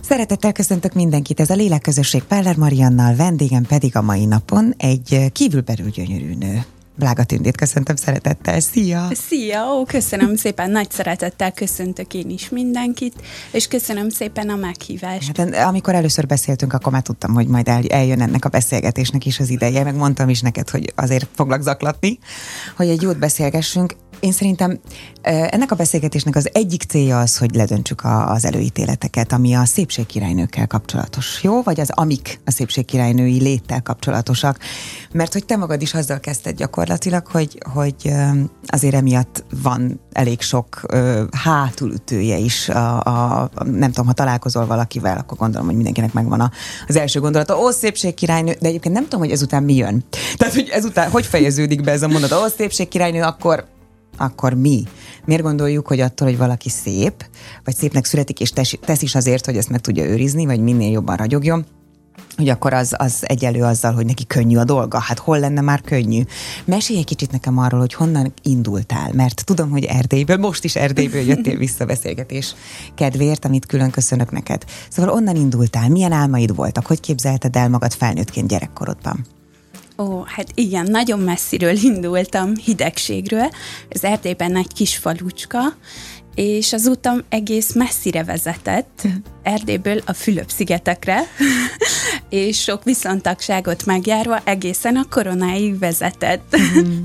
Szeretettel köszöntök mindenkit, ez a Lélekközösség Páller Mariannal, vendégem pedig a mai napon egy kívülbelül gyönyörű nő. Blága Tündét köszöntöm szeretettel, szia! Szia, köszönöm szépen, nagy szeretettel köszöntök én is mindenkit, és köszönöm szépen a meghívást. Hát, amikor először beszéltünk, akkor már tudtam, hogy majd eljön ennek a beszélgetésnek is az ideje, meg mondtam is neked, hogy azért foglak zaklatni, hogy egy jót beszélgessünk. Én szerintem ennek a beszélgetésnek az egyik célja az, hogy ledöntsük az előítéleteket, ami a szépségkirálynőkkel kapcsolatos, jó? Vagy az amik a szépségkirálynői léttel kapcsolatosak. Mert hogy te magad is azzal kezdted gyakorlatilag, hogy azért emiatt van elég sok hátulütője is. Nem tudom, ha találkozol valakivel, akkor gondolom, hogy mindenkinek megvan az első gondolata. Ó, szépségkirálynő, de egyébként nem tudom, hogy ezután mi jön. Tehát, hogy ezután hogy fejeződik be ez a mondat? Ó, szépségkirálynő, akkor mi? Miért gondoljuk, hogy attól, hogy valaki szép, vagy szépnek születik, és tesz is azért, hogy ezt meg tudja őrizni, vagy minél jobban ragyogjon, hogy akkor az egyelő azzal, hogy neki könnyű a dolga. Hát hol lenne már könnyű? Mesélj egy kicsit nekem arról, hogy honnan indultál, mert tudom, hogy Erdélyből, most is Erdélyből jöttél vissza beszélgetés kedvéért, amit külön köszönök neked. Szóval onnan indultál, milyen álmaid voltak, hogy képzelted el magad felnőttként gyerekkorodban? Ó, hát igen, nagyon messziről indultam, hidegségről. Az Erdélyben egy kis falucska, és az utam egész messzire vezetett, Erdélyből a Fülöp-szigetekre, és sok viszontagságot megjárva egészen a Koronáig vezetett.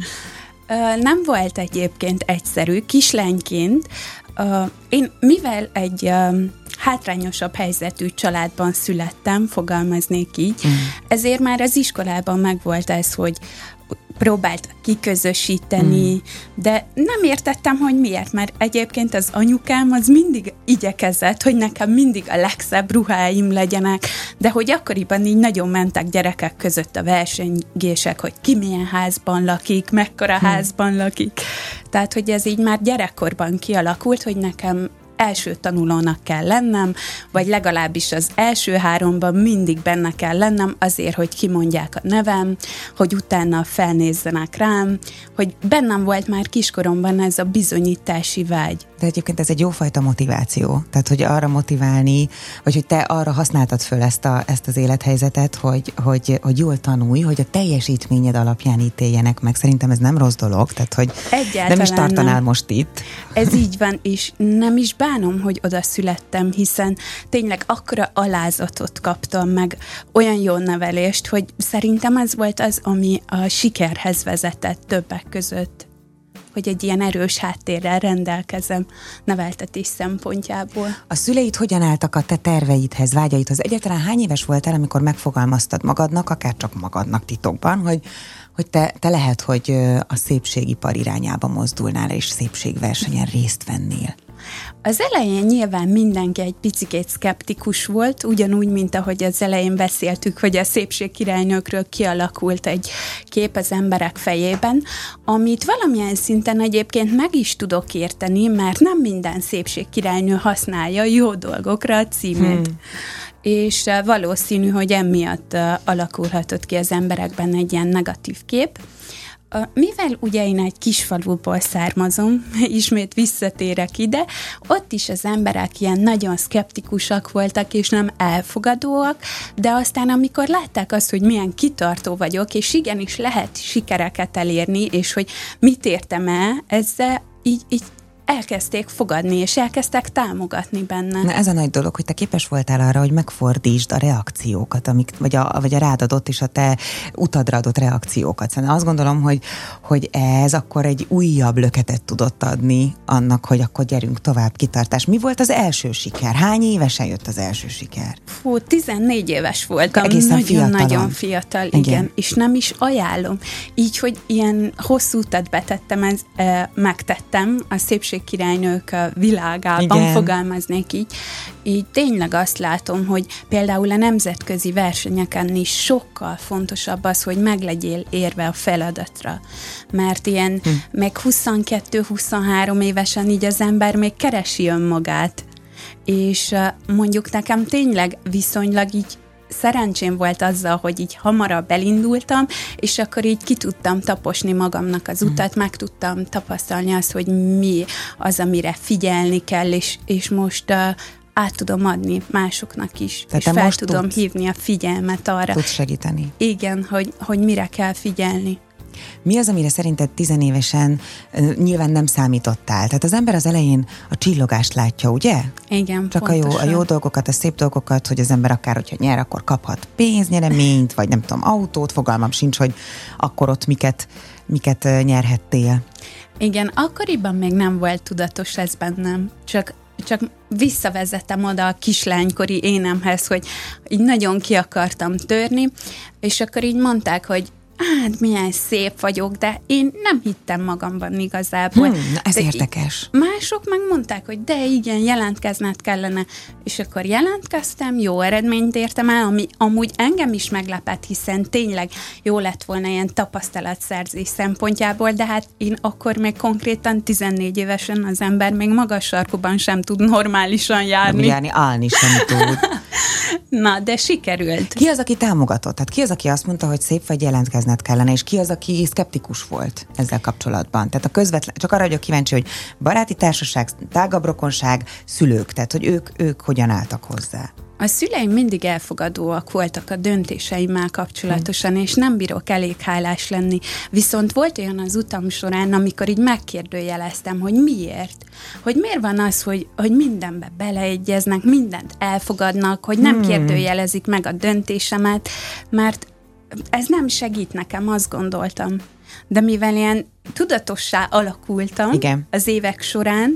Nem volt egyébként egyszerű, kislányként. Én mivel egy hátrányosabb helyzetű családban születtem, fogalmaznék így, ezért már az iskolában megvolt ez, hogy próbáltak kiközösíteni, de nem értettem, hogy miért, mert egyébként az anyukám az mindig igyekezett, hogy nekem mindig a legszebb ruháim legyenek, de hogy akkoriban így nagyon mentek gyerekek között a versengések, hogy ki milyen házban lakik, mekkora házban lakik. Tehát, hogy ez így már gyerekkorban kialakult, hogy nekem első tanulónak kell lennem, vagy legalábbis az első 3-ban mindig benne kell lennem azért, hogy kimondják a nevem, hogy utána felnézzenek rám, hogy bennem volt már kiskoromban ez a bizonyítási vágy. De egyébként ez egy jófajta motiváció. Tehát, hogy arra motiválni, vagy hogy te arra használtad föl ezt az élethelyzetet, hogy jól tanulj, hogy a teljesítményed alapján ítéljenek meg. Szerintem ez nem rossz dolog, tehát, hogy egyáltalán nem is tartanál nem. Most itt. Ez így van, és nem is bánom, hogy oda születtem, hiszen tényleg akkora alázatot kaptam meg, olyan jó nevelést, hogy szerintem ez volt az, ami a sikerhez vezetett többek között, hogy egy ilyen erős háttérrel rendelkezem neveltetés szempontjából. A szüleid hogyan álltak a te terveidhez, vágyaidhoz? Egyáltalán hány éves voltál, amikor megfogalmaztad magadnak, akár csak magadnak titokban, hogy te lehet, hogy a szépségipar irányába mozdulnál, és szépségversenyen részt vennél? Az elején nyilván mindenki egy picikét szkeptikus volt, ugyanúgy, mint ahogy az elején beszéltük, hogy a szépségkirálynőkről kialakult egy kép az emberek fejében, amit valamilyen szinten egyébként meg is tudok érteni, mert nem minden szépségkirálynő használja jó dolgokra a címét. És valószínű, hogy emiatt alakulhatott ki az emberekben egy ilyen negatív kép. Mivel ugye én egy kisfaluból származom, ismét visszatérek ide, ott is az emberek ilyen nagyon szkeptikusak voltak, és nem elfogadóak, de aztán amikor látták azt, hogy milyen kitartó vagyok, és igenis lehet sikereket elérni, és hogy mit értem el, ezzel így elkezdték fogadni, és elkezdtek támogatni benne. Na ez a nagy dolog, hogy te képes voltál arra, hogy megfordítsd a reakciókat, vagy a rád adott és a te utadra adott reakciókat. Szóval azt gondolom, hogy ez akkor egy újabb löketet tudott adni annak, hogy akkor gyerünk tovább, kitartás. Mi volt az első siker? Hány évesen jött az első siker? 14 éves voltam. Nagyon fiatal, igen. És nem is ajánlom. Így, hogy ilyen hosszú utat betettem, megtettem a szépségkirálynők világában, fogalmaznék így tényleg azt látom, hogy például a nemzetközi versenyeken is sokkal fontosabb az, hogy meglegyél érve a feladatra. Mert ilyen meg 22-23 évesen így az ember még keresi önmagát. És mondjuk nekem tényleg viszonylag így szerencsém volt azzal, hogy így hamarabb elindultam, és akkor így ki tudtam taposni magamnak az utat, meg tudtam tapasztalni azt, hogy mi az, amire figyelni kell, és most át tudom adni másoknak is, tehát és fel tudom hívni a figyelmet arra. Tudsz segíteni. Igen, hogy mire kell figyelni. Mi az, amire szerinted 10 évesen nyilván nem számítottál? Tehát az ember az elején a csillogást látja, ugye? Igen, csak a jó dolgokat, a szép dolgokat, hogy az ember akár, hogyha nyer, akkor kaphat pénznyereményt, vagy nem tudom, autót, fogalmam sincs, hogy akkor ott miket nyerhettél. Igen, akkoriban még nem volt tudatos ez bennem, csak visszavezettem oda a kislánykori énemhez, hogy így nagyon ki akartam törni, és akkor így mondták, hogy hát milyen szép vagyok, de én nem hittem magamban igazából. Ez érdekes. Mások megmondták, hogy de igen, jelentkezned kellene, és akkor jelentkeztem, jó eredményt értem el, ami amúgy engem is meglepett, hiszen tényleg jó lett volna ilyen tapasztalatszerzés szempontjából, de hát én akkor még konkrétan 14 évesen az ember még magas sarkuban sem tud normálisan járni. Állni sem tud. Na, de sikerült. Ki az, aki támogatott? Tehát ki az, aki azt mondta, hogy szép vagy, jelentkezned kellene, és ki az, aki szkeptikus volt ezzel kapcsolatban? Tehát a közvetlen, csak arra vagyok kíváncsi, hogy baráti társaság, tágabb rokonság, szülők, tehát hogy ők hogyan álltak hozzá? A szüleim mindig elfogadóak voltak a döntéseimmel kapcsolatosan, és nem bírok elég hálás lenni. Viszont volt olyan az utam során, amikor így megkérdőjeleztem, hogy miért? Hogy miért van az, hogy mindenbe beleegyeznek, mindent elfogadnak, hogy nem kérdőjelezik meg a döntésemet, mert ez nem segít nekem, azt gondoltam. De mivel ilyen tudatossá alakultam az évek során,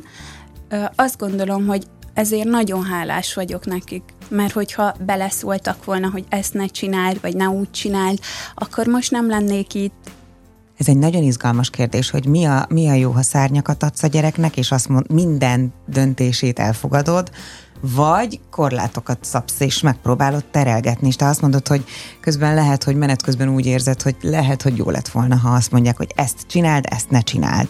azt gondolom, hogy ezért nagyon hálás vagyok nekik, mert hogyha beleszóltak volna, hogy ezt ne csináld, vagy ne úgy csináld, akkor most nem lennék itt. Ez egy nagyon izgalmas kérdés, hogy mi a jó, ha szárnyakat adsz a gyereknek, és azt mond, minden döntését elfogadod, vagy korlátokat szabsz, és megpróbálod terelgetni, és te azt mondod, hogy közben lehet, hogy menet közben úgy érzed, hogy lehet, hogy jó lett volna, ha azt mondják, hogy ezt csináld, ezt ne csináld.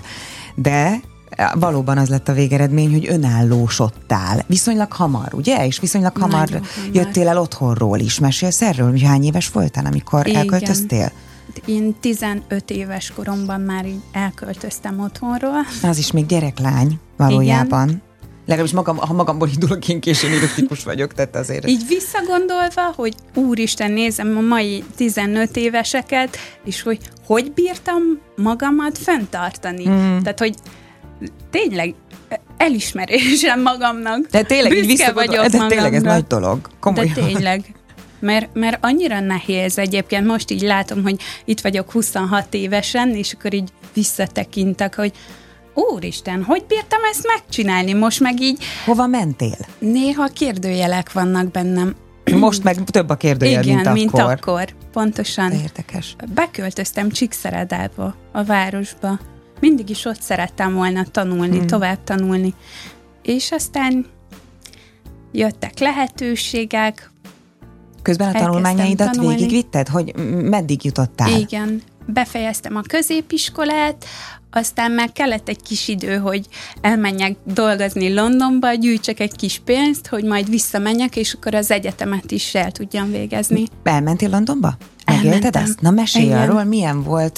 De valóban az lett a végeredmény, hogy önállósodtál. Viszonylag hamar, ugye? És viszonylag hamar jöttél el otthonról is. Mesélsz erről, hogy hány éves voltál, amikor elköltöztél? Én 15 éves koromban már így elköltöztem otthonról. Az is még gyereklány valójában. Igen. Legalábbis ha magamból indulok, én későn típus vagyok, tehát azért. Így visszagondolva, hogy úristen, nézem a mai 15 éveseket, és hogy bírtam magamat fenntartani. Tehát, hogy tényleg elismerésem magamnak. De tényleg büszke vagyok magamra. Tényleg ez nagy dolog. Komolyan. De tényleg. Mert annyira nehéz egyébként. Most így látom, hogy itt vagyok 26 évesen, és akkor így visszatekintek, hogy úristen, hogy bírtam ezt megcsinálni? Most meg így... Hova mentél? Néha kérdőjelek vannak bennem. Most meg több a kérdőjel, igen, mint akkor. Pontosan. De érdekes. Beköltöztem Csíkszeredába, a városba. Mindig is ott szerettem volna tanulni, tovább tanulni. És aztán jöttek lehetőségek. Közben a tanulmányaidat végigvitted? Hogy meddig jutottál? Igen. Befejeztem a középiskolát, aztán meg kellett egy kis idő, hogy elmenjek dolgozni Londonba, gyűjtsek egy kis pénzt, hogy majd visszamenjek, és akkor az egyetemet is el tudjam végezni. Elmentél Londonba? Megélted ezt? Na mesélj arról, milyen volt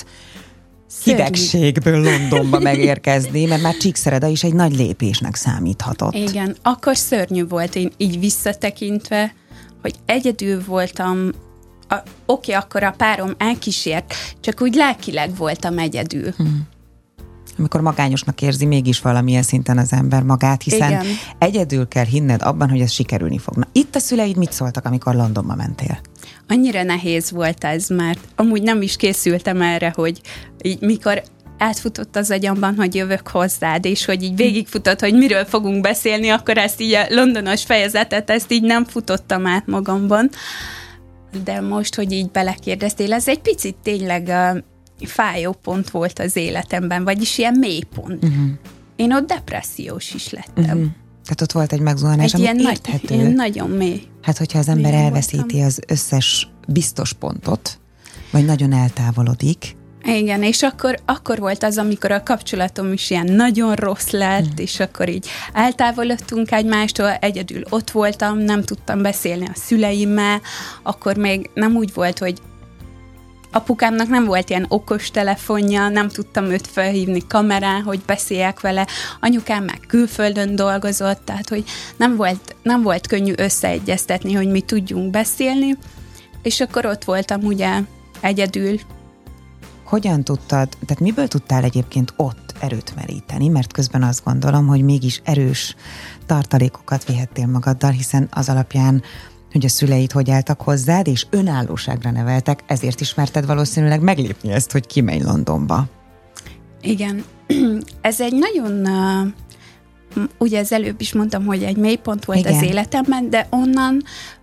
hidegségből Londonba megérkezni, mert már Csíkszereda is egy nagy lépésnek számíthatott. Igen, akkor szörnyű volt, én így visszatekintve, hogy egyedül voltam. Oké, akkor a párom elkísért, csak úgy lelkileg voltam egyedül. Amikor magányosnak érzi mégis valamilyen szinten az ember magát, hiszen igen, egyedül kell hinned abban, hogy ez sikerülni fog. Na, itt a szüleid mit szóltak, amikor Londonba mentél? Annyira nehéz volt ez, mert amúgy nem is készültem erre, hogy így mikor átfutott az agyamban, hogy jövök hozzád, és hogy így végigfutott, hogy miről fogunk beszélni, akkor ezt így a londonos fejezetet, ezt így nem futottam át magamban. De most, hogy így belekérdeztél, ez egy picit tényleg fájó pont volt az életemben, vagyis ilyen mélypont. Én ott depressziós is lettem. Tehát ott volt egy megzuhanás, ami érthető. Ilyen nagyon mély. Hát, hogyha az ember elveszíti az összes biztos pontot, vagy nagyon eltávolodik. Igen, és akkor volt az, amikor a kapcsolatom is ilyen nagyon rossz lett, és akkor így eltávolodtunk egymástól, egyedül ott voltam, nem tudtam beszélni a szüleimmel, akkor még nem úgy volt, hogy apukámnak nem volt ilyen okos telefonja, nem tudtam őt felhívni kamerán, hogy beszéljek vele. Anyukám meg külföldön dolgozott, tehát hogy nem volt könnyű összeegyeztetni, hogy mi tudjunk beszélni, és akkor ott voltam ugye egyedül. Hogyan tudtad, tehát miből tudtál egyébként ott erőt meríteni? Mert közben azt gondolom, hogy mégis erős tartalékokat vihettél magaddal, hiszen az alapján, hogy a szüleid hogy álltak hozzád, és önállóságra neveltek, ezért ismerted valószínűleg meglépni ezt, hogy kimenj Londonba. Igen. Ez egy nagyon, ugye az előbb is mondtam, hogy egy mélypont volt az életemben, de onnan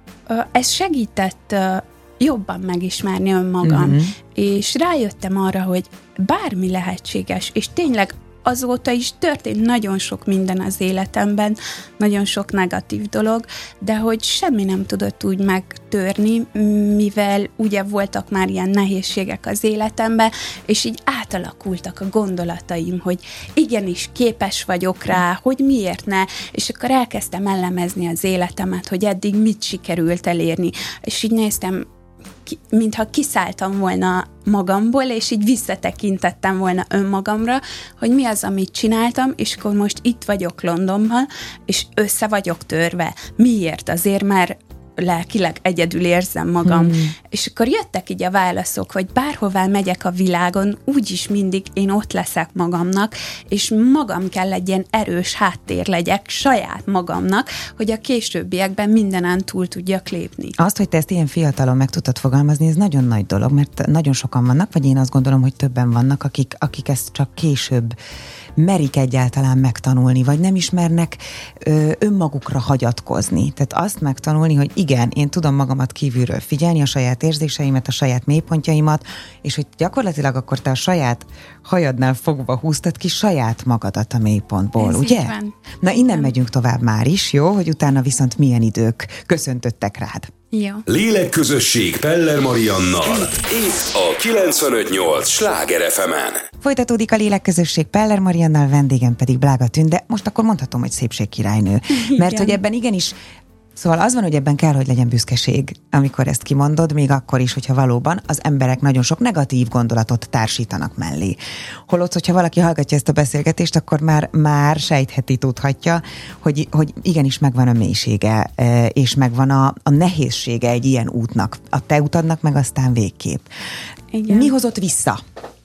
ez segített jobban megismerni önmagam, és rájöttem arra, hogy bármi lehetséges, és tényleg azóta is történt nagyon sok minden az életemben, nagyon sok negatív dolog, de hogy semmi nem tudott úgy megtörni, mivel ugye voltak már ilyen nehézségek az életemben, és így átalakultak a gondolataim, hogy igenis képes vagyok rá, hogy miért ne, és akkor elkezdtem elemezni az életemet, hogy eddig mit sikerült elérni, és így néztem, mintha kiszálltam volna magamból, és így visszatekintettem volna önmagamra, hogy mi az, amit csináltam, és akkor most itt vagyok Londonban, és össze vagyok törve. Miért? Azért, mert lelkileg egyedül érzem magam. És akkor jöttek így a válaszok, hogy bárhová megyek a világon, úgyis mindig én ott leszek magamnak, és magam kell egy ilyen erős háttér legyek saját magamnak, hogy a későbbiekben mindenen túl tudjak lépni. Azt, hogy te ezt ilyen fiatalon meg tudtad fogalmazni, ez nagyon nagy dolog, mert nagyon sokan vannak, vagy én azt gondolom, hogy többen vannak, akik ezt csak később merik egyáltalán megtanulni, vagy nem ismernek önmagukra hagyatkozni. Tehát azt megtanulni, hogy igen, én tudom magamat kívülről figyelni, a saját érzéseimet, a saját mélypontjaimat, és hogy gyakorlatilag akkor te a saját hajadnál fogva húztad ki saját magadat a mélypontból, ez ugye? Na innen megyünk tovább már is, jó? Hogy utána viszont milyen idők köszöntöttek rád. Jó. Lélekközösség Peller Mariannal. Itt a 95.8 Sláger FM-en. Folytatódik a Lélekközösség Peller Mariannal, vendégem pedig Blága Tünde. Most akkor mondhatom, hogy szépségkirálynő. Mert hogy ebben igenis, szóval az van, hogy ebben kell, hogy legyen büszkeség, amikor ezt kimondod, még akkor is, hogyha valóban az emberek nagyon sok negatív gondolatot társítanak mellé. Holott, hogyha valaki hallgatja ezt a beszélgetést, akkor már sejtheti, tudhatja, hogy igenis megvan a mélysége, és megvan a nehézsége egy ilyen útnak. A te utadnak meg aztán végképp. Igen. Mi hozott vissza?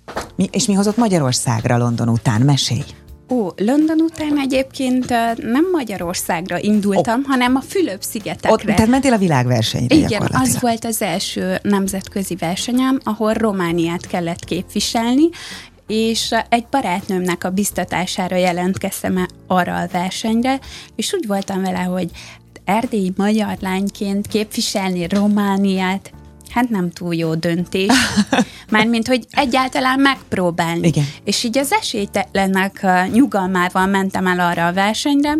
És mi hozott Magyarországra London után? Mesélj! London után egyébként nem Magyarországra indultam, hanem a Fülöp-szigetekre. Tehát mentél a világversenyre. Igen, az volt az első nemzetközi versenyem, ahol Romániát kellett képviselni, és egy barátnőmnek a biztatására jelentkeztem arra a versenyre, és úgy voltam vele, hogy erdélyi magyar lányként képviselni Romániát, hát nem túl jó döntés. Mármint, hogy egyáltalán megpróbálni. Igen. És így az esélytelenek nyugalmával mentem el arra a versenyre,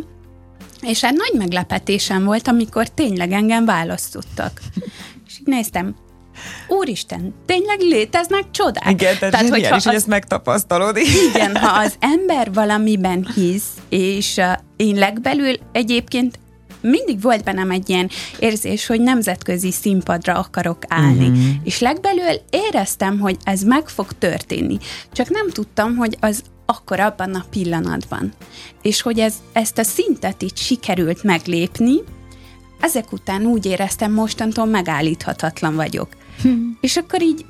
és hát nagy meglepetésem volt, amikor tényleg engem választottak. És így néztem, úristen, tényleg léteznek csodák? Igen, tehát zseniális, hogy ezt megtapasztalod. Igen, ha az ember valamiben hisz, és én legbelül egyébként mindig volt bennem egy ilyen érzés, hogy nemzetközi színpadra akarok állni. És legbelül éreztem, hogy ez meg fog történni. Csak nem tudtam, hogy az akkor abban a pillanatban. És hogy ezt a szintet így sikerült meglépni, ezek után úgy éreztem, mostantól megállíthatatlan vagyok. És akkor így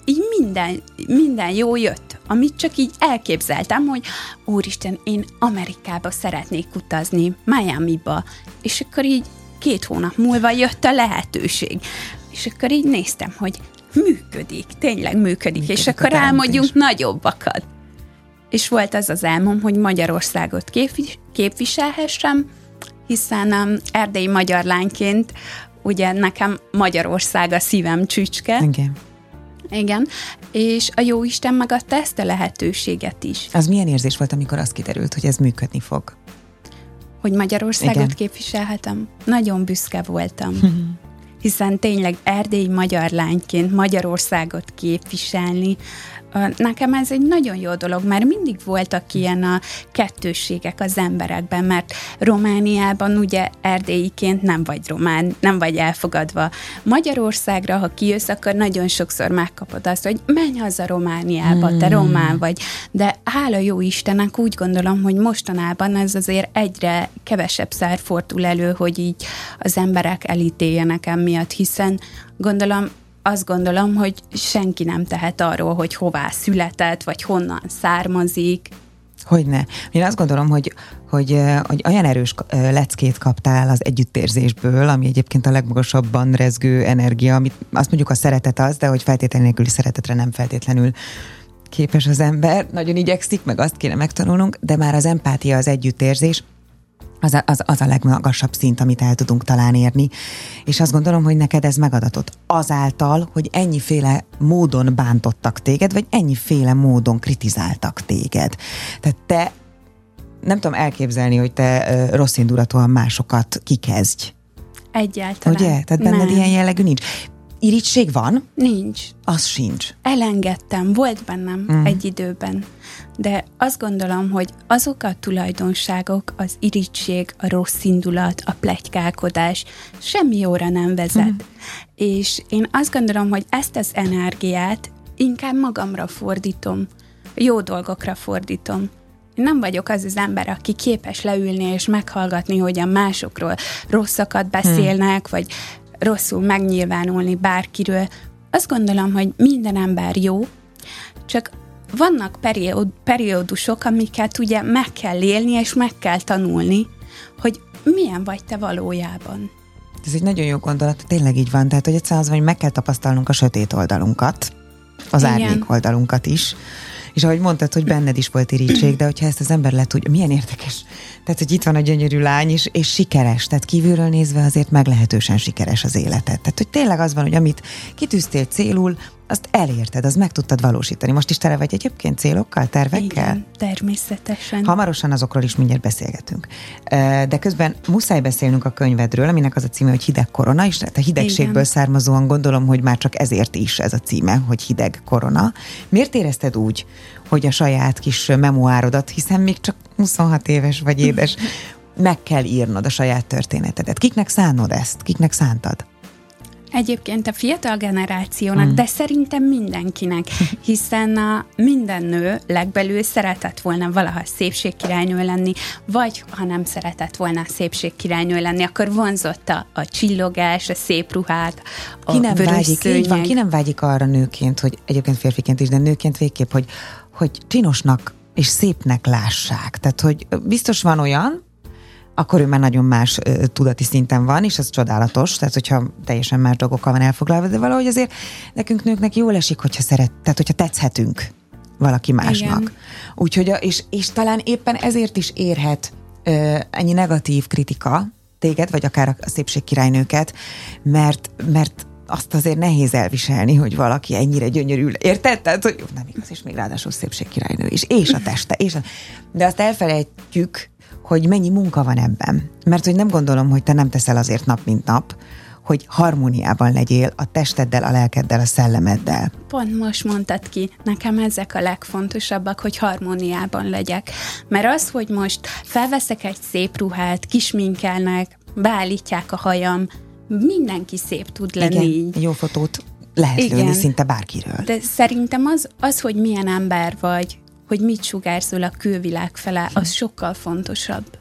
minden jó jött, amit csak így elképzeltem, hogy úristen, én Amerikába szeretnék utazni, Miamiba, és akkor így 2 hónap múlva jött a lehetőség. És akkor így néztem, hogy működik, tényleg működik, és akkor álmodjunk nagyobbakat. És volt az az álmom, hogy Magyarországot képviselhessem, hiszen erdélyi magyar lányként ugye nekem Magyarország a szívem csücske. Igen. És a jóisten megadta ezt a lehetőséget is. Az milyen érzés volt, amikor az kiderült, hogy ez működni fog? Hogy Magyarországot képviselhetem? Nagyon büszke voltam. hiszen tényleg erdélyi magyar lányként Magyarországot képviselni, nekem ez egy nagyon jó dolog, mert mindig voltak ilyen a kettősségek az emberekben, mert Romániában ugye erdélyiként nem vagy román, nem vagy elfogadva. Magyarországra, ha kijössz, akkor nagyon sokszor megkapod azt, hogy menj haza Romániába, te román vagy. De hála jó Istennek úgy gondolom, hogy mostanában ez azért egyre kevesebbszer fordul elő, hogy így az emberek elítéljenek emiatt, hiszen azt gondolom, hogy senki nem tehet arról, hogy hová született, vagy honnan származik. Hogyne. Én azt gondolom, hogy olyan erős leckét kaptál az együttérzésből, ami egyébként a legmagasabban rezgő energia, amit azt mondjuk a szeretet az, de hogy feltétlenül nélküli szeretetre nem feltétlenül képes az ember. Nagyon igyekszik, meg azt kéne megtanulnunk, de már az empátia, az együttérzés, az a legmagasabb szint, amit el tudunk talán érni, és azt gondolom, hogy neked ez megadatott azáltal, hogy ennyiféle módon bántottak téged, vagy ennyiféle módon kritizáltak téged. Tehát te nem tudom elképzelni, hogy te rosszindulatúan másokat kikezdj. Egyáltalán. Ugye? Tehát benned ilyen jellegű nincs. Irigység van? Nincs. Az sincs. Elengedtem, volt bennem egy időben, de azt gondolom, hogy azok a tulajdonságok, az irigység, a rossz indulat, a pletykálkodás semmi jóra nem vezet. És én azt gondolom, hogy ezt az energiát inkább magamra fordítom, jó dolgokra fordítom. Én nem vagyok az ember, aki képes leülni és meghallgatni, hogy a másokról rosszakat beszélnek, vagy rosszul megnyilvánulni bárkiről. Azt gondolom, hogy minden ember jó, csak vannak periódusok, amiket ugye meg kell élni, és meg kell tanulni, hogy milyen vagy te valójában. Ez egy nagyon jó gondolat, tényleg így van. Tehát, hogy egyszerűen az van, hogy meg kell tapasztalnunk a sötét oldalunkat, az árnyék oldalunkat is. És ahogy mondtad, hogy benned is volt irigység, de hogyha ezt az ember le tudja, milyen érdekes. Tehát, hogy itt van a gyönyörű lány is, és sikeres. Tehát kívülről nézve azért meglehetősen sikeres az életed. Tehát, hogy tényleg az van, hogy amit kitűztél célul, azt elérted, azt meg tudtad valósítani. Most is tele vagy egyébként célokkal, tervekkel? Igen, természetesen. Hamarosan azokról is mindjárt beszélgetünk. De közben muszáj beszélnünk a könyvedről, aminek az a címe, hogy Hideg korona, és a hidegségből származóan gondolom, hogy már csak ezért is ez a címe, hogy Hideg korona. Miért érezted úgy, hogy a saját kis memoárodat, hiszen még csak 26 éves vagy édes, meg kell írnod a saját történetedet? Kiknek szánod ezt? Kiknek szántad? Egyébként a fiatal generációnak, de szerintem mindenkinek, hiszen minden nő legbelül szeretett volna valaha szépségkirálynő lenni, vagy ha nem szeretett volna szépségkirálynő lenni, akkor vonzott a csillogás, a szép ruhát, a vörös szőnyeg. Ki nem vágyik arra nőként, hogy egyébként férfiként is, de nőként végképp, hogy csinosnak és szépnek lássák. Tehát, hogy biztos van olyan, akkor ő már nagyon más tudati szinten van, és ez csodálatos, tehát hogyha teljesen más dolgokkal van elfoglalva, de valahogy azért nekünk nőknek jól esik, tehát hogyha tetszhetünk valaki másnak. Úgyhogy, és talán éppen ezért is érhet ennyi negatív kritika téged, vagy akár a szépségkirálynőket, mert azt azért nehéz elviselni, hogy valaki ennyire gyönyörű. Érted? Tehát, hogy nem igaz, és még ráadásul szépségkirálynő is, és a teste, de azt elfelejtjük, hogy mennyi munka van ebben. Mert hogy nem gondolom, hogy te nem teszel azért nap, mint nap, hogy harmóniában legyél a testeddel, a lelkeddel, a szellemeddel. Pont most mondtad ki, nekem ezek a legfontosabbak, hogy harmóniában legyek. Mert az, hogy most felveszek egy szép ruhát, kisminkelnek, beállítják a hajam, mindenki szép tud lenni. Igen, jó fotót lehet lőni szinte bárkiről. De szerintem az, hogy milyen ember vagy, hogy mit sugárzol a külvilág fele, az sokkal fontosabb.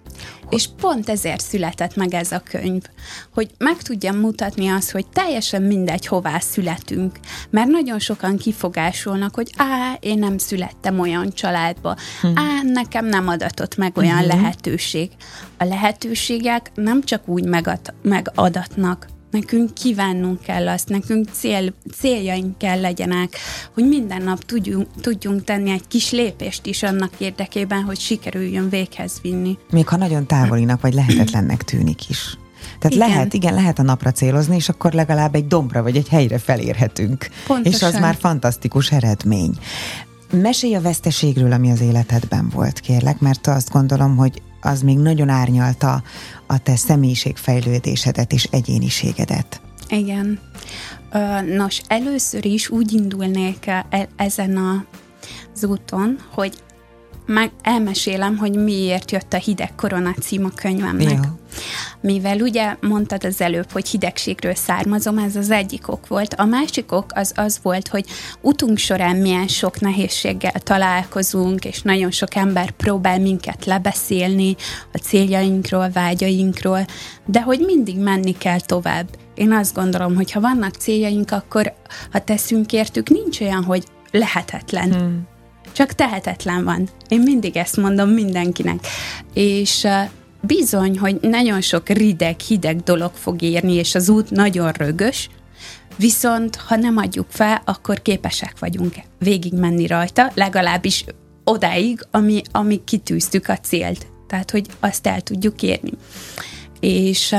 És pont ezért született meg ez a könyv, hogy meg tudjam mutatni azt, hogy teljesen mindegy, hová születünk, mert nagyon sokan kifogásolnak, hogy én nem születtem olyan családba, nekem nem adatott meg olyan lehetőség. A lehetőségek nem csak úgy megadatnak, nekünk kívánnunk kell azt, nekünk céljaink kell legyenek, hogy minden nap tudjunk tenni egy kis lépést is annak érdekében, hogy sikerüljön véghez vinni. Még ha nagyon távolinak vagy lehetetlennek tűnik is. Tehát lehet a napra célozni, és akkor legalább egy dombra vagy egy helyre felérhetünk. Pontosan. És az már fantasztikus eredmény. Mesélj a veszteségről, ami az életedben volt, kérlek, mert azt gondolom, hogy az még nagyon árnyalta a te személyiségfejlődésedet és egyéniségedet. Igen. Nos, először is úgy indulnék ezen az úton, hogy elmesélem, hogy miért jött a Hideg Korona cím a könyvemnek. Jó. Mivel ugye mondtad az előbb, hogy hidegségről származom, ez az egyik ok volt. A másik ok az volt, hogy utunk során milyen sok nehézséggel találkozunk, és nagyon sok ember próbál minket lebeszélni a céljainkról, vágyainkról, de hogy mindig menni kell tovább. Én azt gondolom, hogy ha vannak céljaink, akkor ha teszünk értük, nincs olyan, hogy lehetetlen. Csak tehetetlen van. Én mindig ezt mondom mindenkinek. És bizony, hogy nagyon sok hideg dolog fog érni, és az út nagyon rögös, viszont ha nem adjuk fel, akkor képesek vagyunk végig menni rajta, legalábbis odáig, amíg kitűztük a célt. Tehát, hogy azt el tudjuk érni. És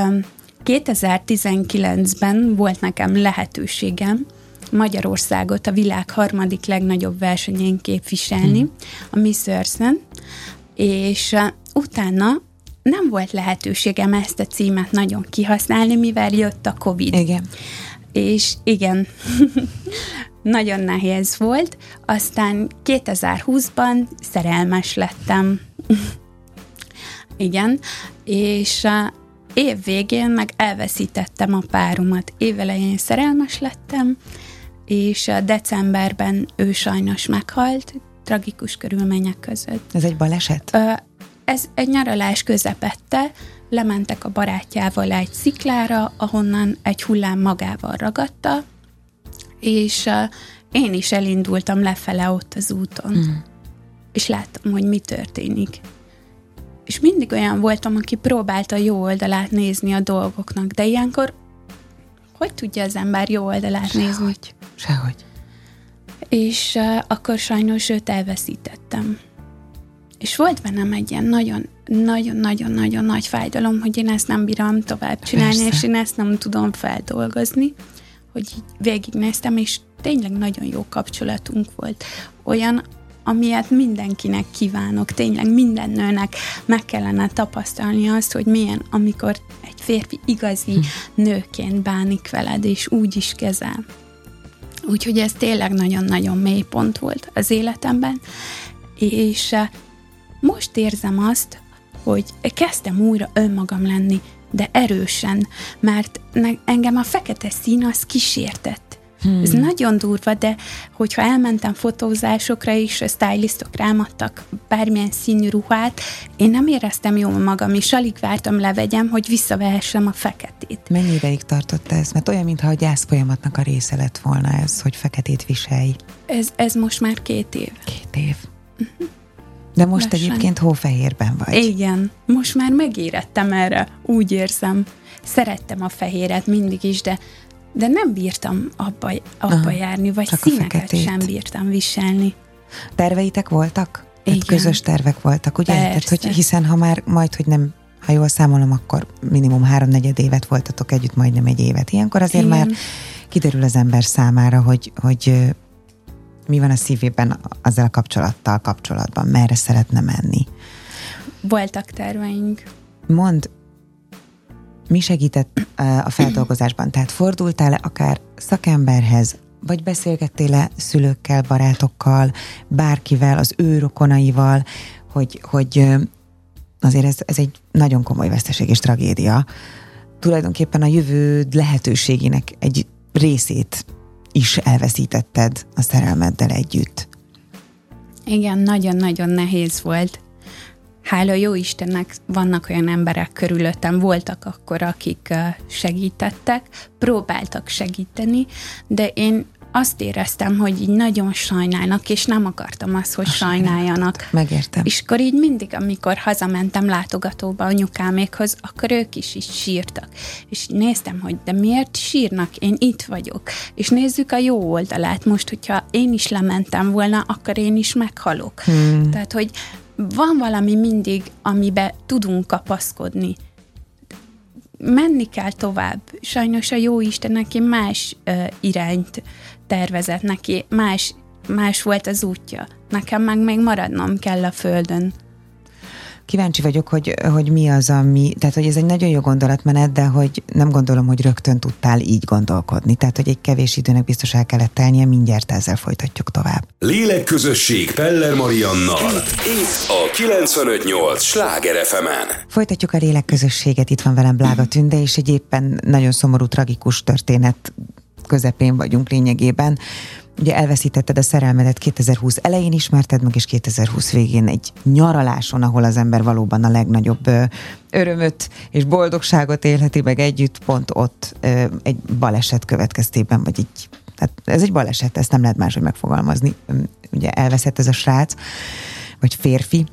2019-ben volt nekem lehetőségem Magyarországot a világ harmadik legnagyobb versenyén képviselni, a Miss Earth-en, és utána nem volt lehetőségem ezt a címet nagyon kihasználni, mivel jött a Covid. Igen. És igen, nagyon nehéz volt. Aztán 2020-ban szerelmes lettem. Igen, és év végén meg elveszítettem a páromat. Évelején szerelmes lettem, és decemberben ő sajnos meghalt, tragikus körülmények között. Ez egy baleset? Ez egy nyaralás közepette, lementek a barátjával egy sziklára, ahonnan egy hullám magával ragadta, és én is elindultam lefele ott az úton. És láttam, hogy mi történik. És mindig olyan voltam, aki próbálta jó oldalát nézni a dolgoknak, de ilyenkor hogy tudja az ember jó oldalát nézni? Sehogy. És akkor sajnos őt elveszítettem. És volt bennem egy ilyen nagyon-nagyon-nagyon nagy fájdalom, hogy én ezt nem bírom tovább csinálni, Persze. és én ezt nem tudom feldolgozni, hogy így végignéztem, és tényleg nagyon jó kapcsolatunk volt. Olyan, amilyet mindenkinek kívánok, tényleg minden nőnek meg kellene tapasztalni azt, hogy milyen, amikor egy férfi igazi nőként bánik veled, és úgy is kezel. Úgyhogy ez tényleg nagyon-nagyon mély pont volt az életemben, és most érzem azt, hogy kezdtem újra önmagam lenni, de erősen, mert engem a fekete szín az kísértett. Ez nagyon durva, de hogyha elmentem fotózásokra is, a stylistok rám adtak bármilyen színű ruhát, én nem éreztem jól magam, és alig vártam levegyem, hogy visszavehessem a feketét. Mennyi ideig tartott ez? Mert olyan, mintha a gyász folyamatnak a része lett volna ez, hogy feketét viselj. Ez most már 2 év. 2 év. De most Lassan. egyébként hófehérben vagy. Igen, most már megérettem erre, úgy érzem. Szerettem a fehéret mindig is, de nem bírtam abba járni, vagy színeket sem bírtam viselni. Terveitek voltak? Igen. Közös tervek voltak, ugye? Persze. Tehát, hogy hiszen ha már majd, hogy nem, ha jól számolom, akkor minimum 3-4 évet voltatok együtt, majdnem 1 évet. Ilyenkor azért Igen. már kiderül az ember számára, hogy mi van a szívében azzal a kapcsolatban, merre szeretne menni. Voltak terveink. Mondd, mi segített a feldolgozásban? Tehát fordultál-e akár szakemberhez, vagy beszélgettél-e szülőkkel, barátokkal, bárkivel, az ő rokonaival, hogy azért ez egy nagyon komoly veszteség és tragédia. Tulajdonképpen a jövő lehetőségének egy részét is elveszítetted a szerelmeddel együtt. Igen, nagyon-nagyon nehéz volt. Hála jó Istennek vannak olyan emberek körülöttem, voltak akkor, akik segítettek, próbáltak segíteni, de én azt éreztem, hogy így nagyon sajnálnak, és nem akartam azt, hogy sajnáljanak. Megértem. És akkor így mindig, amikor hazamentem látogatóba anyukámékhoz, akkor ők is sírtak. És néztem, hogy de miért sírnak? Én itt vagyok. És nézzük a jó oldalát. Most, hogyha én is lementem volna, akkor én is meghalok. Tehát, hogy van valami mindig, amiben tudunk kapaszkodni. Menni kell tovább. Sajnos a Jóisten neki más irányt tervezett, neki más volt az útja. Nekem meg még maradnom kell a földön. Kíváncsi vagyok, hogy mi az, tehát hogy ez egy nagyon jó gondolatmenet, de hogy nem gondolom, hogy rögtön tudtál így gondolkodni. Tehát, hogy egy kevés időnek biztos el kellett telnie, mindjárt ezzel folytatjuk tovább. Lélekközösség Peller Mariannal. Itt a 95.8 Sláger FM-en. Folytatjuk a lélekközösséget, itt van velem Blága Tünde, és egy éppen nagyon szomorú, tragikus történet közepén vagyunk lényegében. Ugye elveszítetted a szerelmedet 2020 elején, ismerted meg, és 2020 végén egy nyaraláson, ahol az ember valóban a legnagyobb örömöt és boldogságot élheti meg együtt, pont ott egy baleset következtében, vagy így, hát ez egy baleset, ezt nem lehet máshogy megfogalmazni. Ugye elveszett ez a srác, vagy férfi,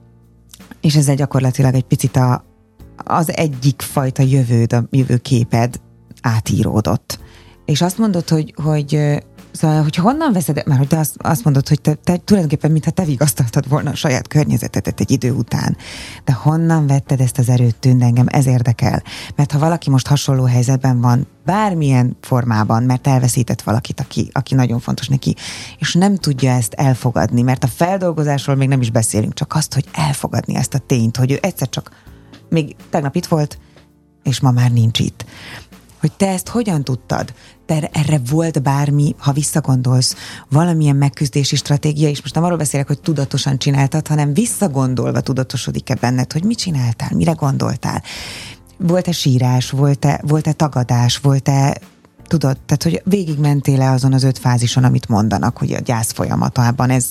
és ezzel gyakorlatilag egy picit az egyik fajta jövőd, a jövőképed átíródott. És azt mondod, hogy szóval, hogy honnan veszed, mert hogy te azt mondod, hogy te tulajdonképpen mintha te vigasztaltad volna a saját környezetedet egy idő után. De honnan vetted ezt az erőt, Tünde? Engem ez érdekel. Mert ha valaki most hasonló helyzetben van, bármilyen formában, mert elveszített valakit, aki nagyon fontos neki, és nem tudja ezt elfogadni, mert a feldolgozásról még nem is beszélünk, csak azt, hogy elfogadni ezt a tényt, hogy ő egyszer csak még tegnap itt volt, és ma már nincs itt. Hogy te ezt hogyan tudtad? Te erre volt bármi, ha visszagondolsz, valamilyen megküzdési stratégia, és most nem arról beszélek, hogy tudatosan csináltad, hanem visszagondolva tudatosodik-e benned, hogy mit csináltál, mire gondoltál? Volt-e sírás, volt-e tagadás, volt-e, tudod, tehát hogy végigmentél-e azon az 5 fázison, amit mondanak, hogy a gyász folyamatában ez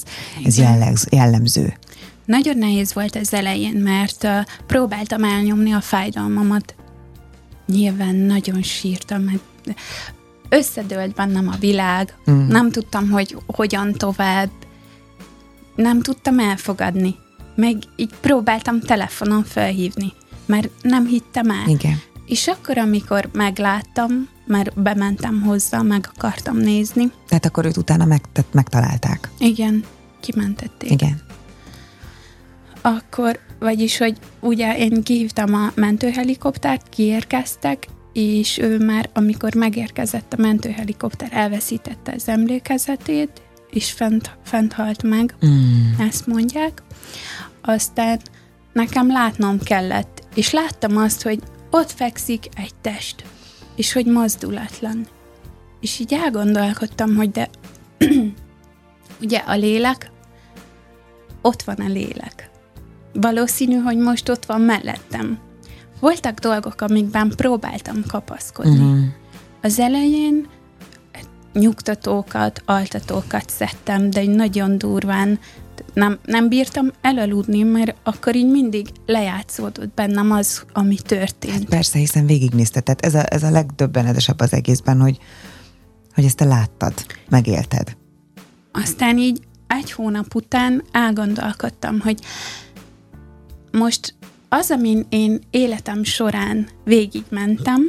jellemző? Nagyon nehéz volt az elején, mert próbáltam elnyomni a fájdalmamat. Nyilván nagyon sírtam, mert összedőlt bennem a világ, nem tudtam, hogy hogyan tovább, nem tudtam elfogadni. Meg így próbáltam telefonon felhívni, mert nem hittem el. Igen. És akkor, amikor megláttam, már bementem hozzá, meg akartam nézni. Tehát akkor őt utána megtalálták. Igen, kimentették. Igen. Akkor, vagyis, hogy ugye én kihívtam a mentőhelikoptert, kiérkeztek, és ő már, amikor megérkezett a mentőhelikopter, elveszítette az emlékezetét, és fent halt meg, ezt mondják. Aztán nekem látnom kellett, és láttam azt, hogy ott fekszik egy test, és hogy mozdulatlan. És így elgondolkodtam, hogy de ugye a lélek, ott van a lélek. Valószínű, hogy most ott van mellettem. Voltak dolgok, amikben próbáltam kapaszkodni. Az elején nyugtatókat, altatókat szedtem, de nagyon durván nem bírtam elaludni, mert akkor így mindig lejátszódott bennem az, ami történt. Hát persze, hiszen végignézted. Tehát ez a legdöbbenetesebb az egészben, hogy ezt te láttad, megélted. Aztán így 1 hónap után elgondolkodtam, hogy most az, amin én életem során végigmentem,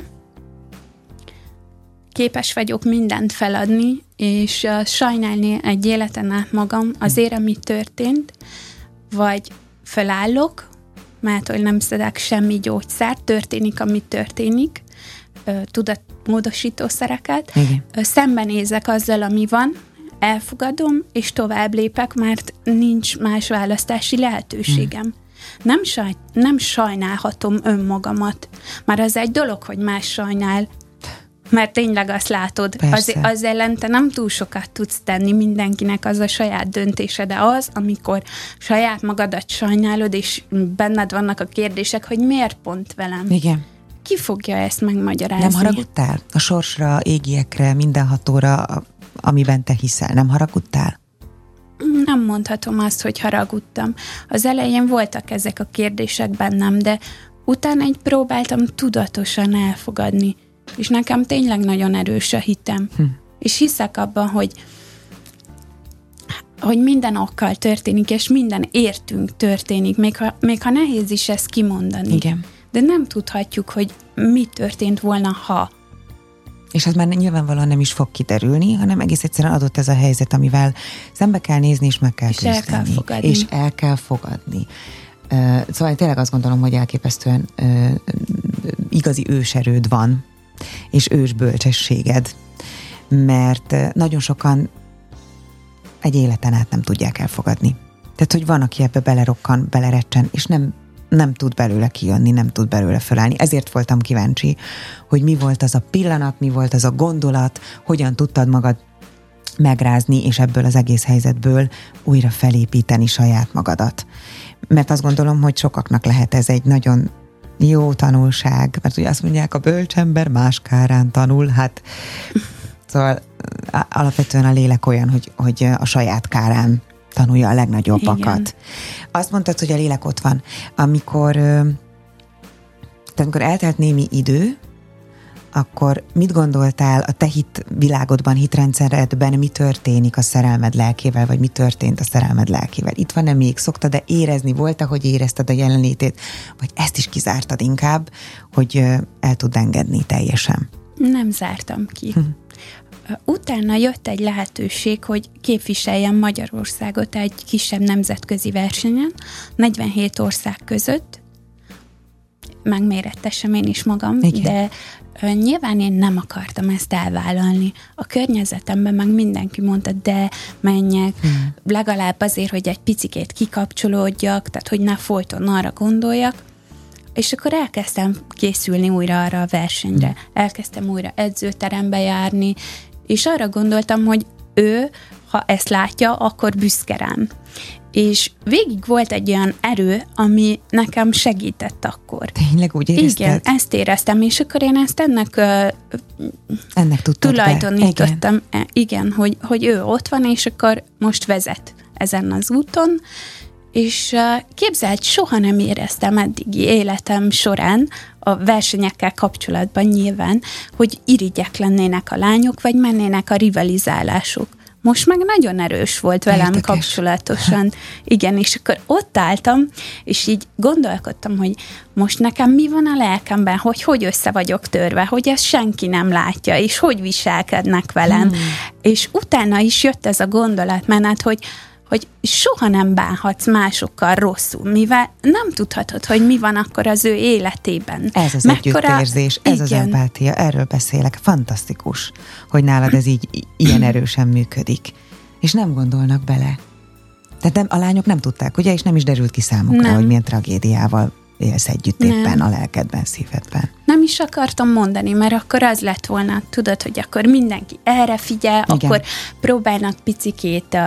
képes vagyok mindent feladni, és sajnálni egy életen át magam azért, ami történt, vagy felállok, mert hogy nem szedek semmi gyógyszert, történik, ami történik, tudatmódosítószereket, szembenézek azzal, ami van, elfogadom, és tovább lépek, mert nincs más választási lehetőségem. Nem sajnálhatom önmagamat. Már az egy dolog, hogy más sajnál, mert tényleg azt látod, az ellen te nem túl sokat tudsz tenni, mindenkinek az a saját döntése, de az, amikor saját magadat sajnálod, és benned vannak a kérdések, hogy miért pont velem? Igen. Ki fogja ezt megmagyarázni? Nem haragudtál? A sorsra, égiekre, mindenhatóra, amiben te hiszel, nem haragudtál? Nem mondhatom azt, hogy haragudtam. Az elején voltak ezek a kérdések bennem, de utána így próbáltam tudatosan elfogadni. És nekem tényleg nagyon erős a hitem. És hiszek abban, hogy minden okkal történik, és minden értünk történik, még ha nehéz is ezt kimondani. Igen. De nem tudhatjuk, hogy mi történt volna, ha. És az már nyilvánvalóan nem is fog kiderülni, hanem egész egyszerűen adott ez a helyzet, amivel szembe kell nézni, és meg kell küzdeni. És el kell fogadni. Szóval én tényleg azt gondolom, hogy elképesztően igazi őserőd van, és ősbölcsességed, mert nagyon sokan egy életen át nem tudják elfogadni. Tehát, hogy van, aki ebbe belerokkan, belerecsen, és nem tud belőle kijönni, nem tud belőle fölállni. Ezért voltam kíváncsi, hogy mi volt az a pillanat, mi volt az a gondolat, hogyan tudtad magad megrázni, és ebből az egész helyzetből újra felépíteni saját magadat. Mert azt gondolom, hogy sokaknak lehet ez egy nagyon jó tanulság, mert ugye azt mondják, a bölcsember más kárán tanul, hát szóval alapvetően a lélek olyan, hogy a saját kárán tanulja a legnagyobbakat. Igen. Azt mondtad, hogy a lélek ott van. Amikor eltelt némi idő, akkor mit gondoltál a te hitvilágodban, hitrendszeredben, mi történik a szerelmed lelkével, vagy mi történt a szerelmed lelkével? Itt van-e még? Szoktad-e érezni? Volt-e, hogy érezted a jelenlétét? Vagy ezt is kizártad inkább, hogy el tud engedni teljesen? Nem zártam ki. Utána jött egy lehetőség, hogy képviseljem Magyarországot egy kisebb nemzetközi versenyen, 47 ország között. Megmérettessem én is magam, igen. De nyilván én nem akartam ezt elvállalni. A környezetemben meg mindenki mondta, de menjek, legalább azért, hogy egy picikét kikapcsolódjak, tehát hogy ne folyton arra gondoljak. És akkor elkezdtem készülni újra arra a versenyre. Elkezdtem újra edzőterembe járni, és arra gondoltam, hogy ő, ha ezt látja, akkor büszke rám. És végig volt egy olyan erő, ami nekem segített akkor. Tényleg úgy érezted? Igen, ezt éreztem, és akkor én ezt ennek tulajdonítottam. Igen, hogy ő ott van, és akkor most vezet ezen az úton, és képzeld, soha nem éreztem eddigi életem során, a versenyekkel kapcsolatban nyilván, hogy irigyek lennének a lányok, vagy mennének a rivalizálások. Most meg nagyon erős volt velem kapcsolatosan. Igen, és akkor ott álltam, és így gondolkodtam, hogy most nekem mi van a lelkemben, hogy össze vagyok törve, hogy ezt senki nem látja, és hogy viselkednek velem. És utána is jött ez a gondolatmenet, hogy soha nem bánhatsz másokkal rosszul, mivel nem tudhatod, hogy mi van akkor az ő életében. Ez az együttérzés, ez az empátia, erről beszélek. Fantasztikus, hogy nálad ez így ilyen erősen működik. És nem gondolnak bele. Tehát a lányok nem tudták, ugye, és nem is derült ki számukra, hogy milyen tragédiával élsz együtt éppen a lelkedben, szívedben. Nem is akartam mondani, mert akkor az lett volna, tudod, hogy akkor mindenki erre figyel, igen. Akkor próbálnak picikét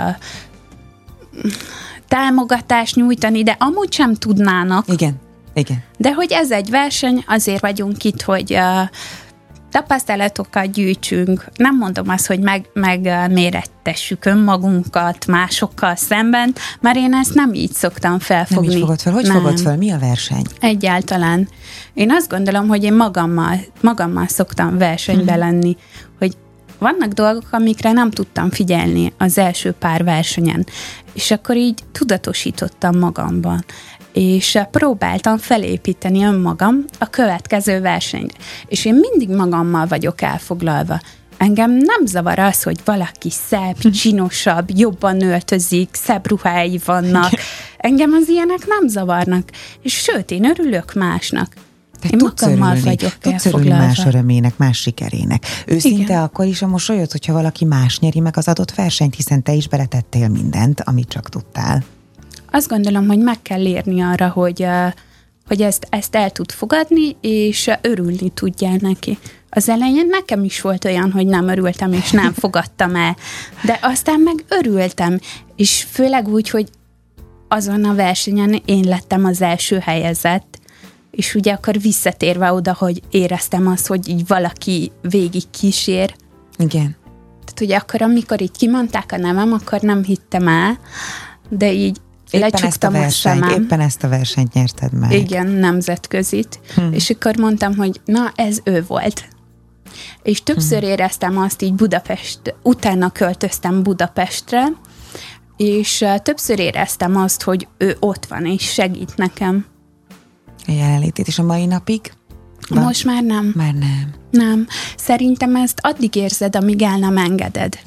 támogatást nyújtani, de amúgy sem tudnának. Igen. De hogy ez egy verseny, azért vagyunk itt, hogy tapasztalatokat gyűjtsünk. Nem mondom azt, hogy megmérettessük önmagunkat másokkal szemben, mert én ezt nem így szoktam felfogni. Nem így fogod fel? Hogy fogod fel? Mi a verseny? Egyáltalán. Én azt gondolom, hogy én magammal szoktam versenybe lenni, hogy vannak dolgok, amikre nem tudtam figyelni az első pár versenyen, és akkor így tudatosítottam magamban, és próbáltam felépíteni önmagam a következő versenyre. És én mindig magammal vagyok elfoglalva. Engem nem zavar az, hogy valaki szebb, csinosabb, jobban öltözik, szebb ruhái vannak. Engem az ilyenek nem zavarnak, és sőt, én örülök másnak. Én magammal vagyok tudsz örülni más örömének, más sikerének. Őszinte igen. Akkor is a mosolyod, hogyha valaki más nyeri meg az adott versenyt, hiszen te is beletettél mindent, amit csak tudtál. Azt gondolom, hogy meg kell érni arra, hogy ezt el tud fogadni, és örülni tudjál neki. Az elején nekem is volt olyan, hogy nem örültem, és nem fogadtam el. De aztán meg örültem, és főleg úgy, hogy azon a versenyen én lettem az első helyezett, és ugye akkor visszatérve oda, hogy éreztem azt, hogy így valaki végig kísér. Igen. Tehát ugye akkor, amikor így kimondták a nevem, akkor nem hittem el, de így lecsuktam a szemem. Éppen ezt a versenyt nyerted meg. Igen, nemzetközit. És akkor mondtam, hogy na, ez ő volt. És többször éreztem azt így utána költöztem Budapestre, és többször éreztem azt, hogy ő ott van, és segít nekem. A jelenlétét is a mai napig? Most már nem. Már nem. Nem. Szerintem ezt addig érzed, amíg el nem engeded.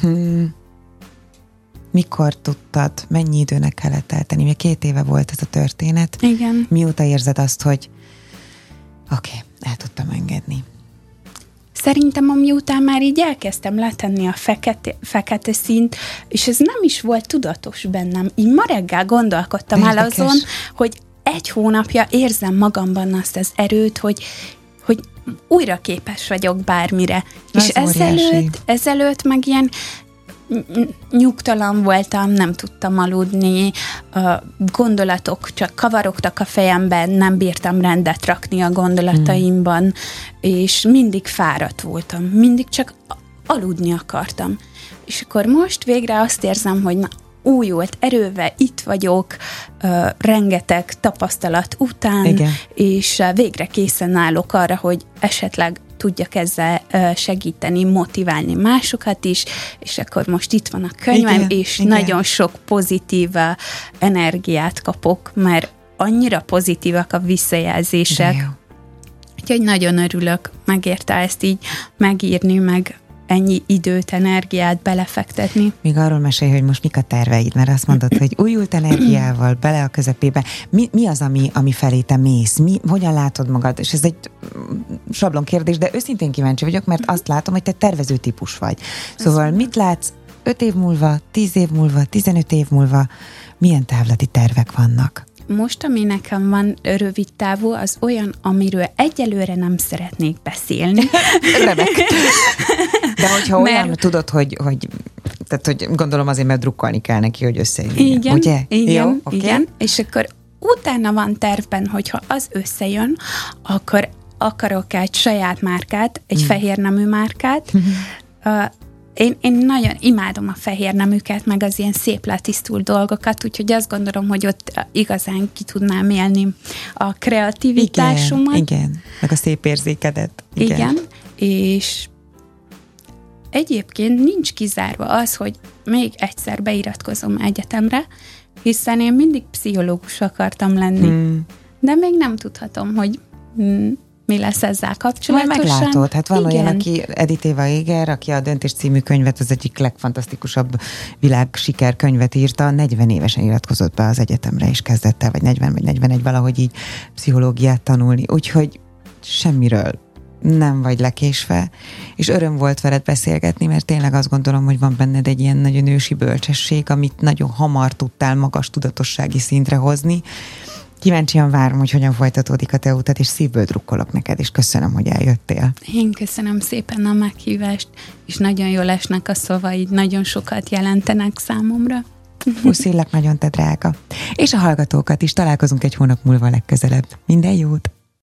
Mikor tudtad, mennyi időnek kellett eltenni? Még 2 éve volt ez a történet. Igen. Mióta érzed azt, hogy oké, el tudtam engedni? Szerintem amiután már így elkezdtem letenni a fekete színt, és ez nem is volt tudatos bennem. Így ma reggel gondolkodtam el azon, hogy 1 hónapja érzem magamban azt az erőt, hogy újra képes vagyok bármire. Ez és ezelőtt meg ilyen nyugtalan voltam, nem tudtam aludni, gondolatok csak kavarogtak a fejemben, nem bírtam rendet rakni a gondolataimban, és mindig fáradt voltam, mindig csak aludni akartam. És akkor most végre azt érzem, hogy újult erővel itt vagyok, rengeteg tapasztalat után, igen. És végre készen állok arra, hogy esetleg tudjak ezzel segíteni, motiválni másokat is, és akkor most itt van a könyvem, igen, és igen. Nagyon sok pozitív energiát kapok, mert annyira pozitívak a visszajelzések. Úgyhogy nagyon örülök, megérte ezt így megírni, meg ennyi időt, energiát belefektetni. Még arról mesélj, hogy most mik a terveid, mert azt mondod, hogy újult energiával, bele a közepébe. Mi az, ami felé te mész? Hogyan látod magad? És ez egy sablon kérdés, de őszintén kíváncsi vagyok, mert azt látom, hogy te tervező típus vagy. Szóval mit látsz 5 év múlva, 10 év múlva, 15 év múlva? Milyen távlati tervek vannak? Most, ami nekem van rövid távú, az olyan, amiről egyelőre nem szeretnék beszélni. Remek. De hogyha olyan tudod, hogy gondolom azért, mert drukkolni kell neki, hogy összejön. Igen, ugye? Igen, jó, okay. Igen. És akkor utána van tervben, hogyha az összejön, akkor akarok egy saját márkát, egy fehérnemű márkát. Én nagyon imádom a fehér neműket, meg az ilyen szép letisztult dolgokat, úgyhogy azt gondolom, hogy ott igazán ki tudnám élni a kreativitásomat. Igen, meg a szép érzékedet. Igen, és egyébként nincs kizárva az, hogy még egyszer beiratkozom egyetemre, hiszen én mindig pszichológus akartam lenni. De még nem tudhatom, hogy mi lesz ezzel kapcsolatosan. Majd meglátod, hát van igen. Olyan, aki Edith Éva Eger, aki a Döntés című könyvet, az egyik legfantasztikusabb világ sikerkönyvet írta, 40 évesen iratkozott be az egyetemre, és kezdett el, vagy 40 vagy 41 valahogy így pszichológiát tanulni, úgyhogy semmiről nem vagy lekésve, és öröm volt veled beszélgetni, mert tényleg azt gondolom, hogy van benned egy ilyen nagyon ősi bölcsesség, amit nagyon hamar tudtál magas tudatossági szintre hozni. Kíváncsian várom, hogy hogyan folytatódik a te utat, és szívből drukkolok neked, és köszönöm, hogy eljöttél. Én köszönöm szépen a meghívást, és nagyon jól esnek a szavaid, nagyon sokat jelentenek számomra. Puszillak nagyon, te drága. És a hallgatókat is találkozunk egy hónap múlva legközelebb. Minden jót!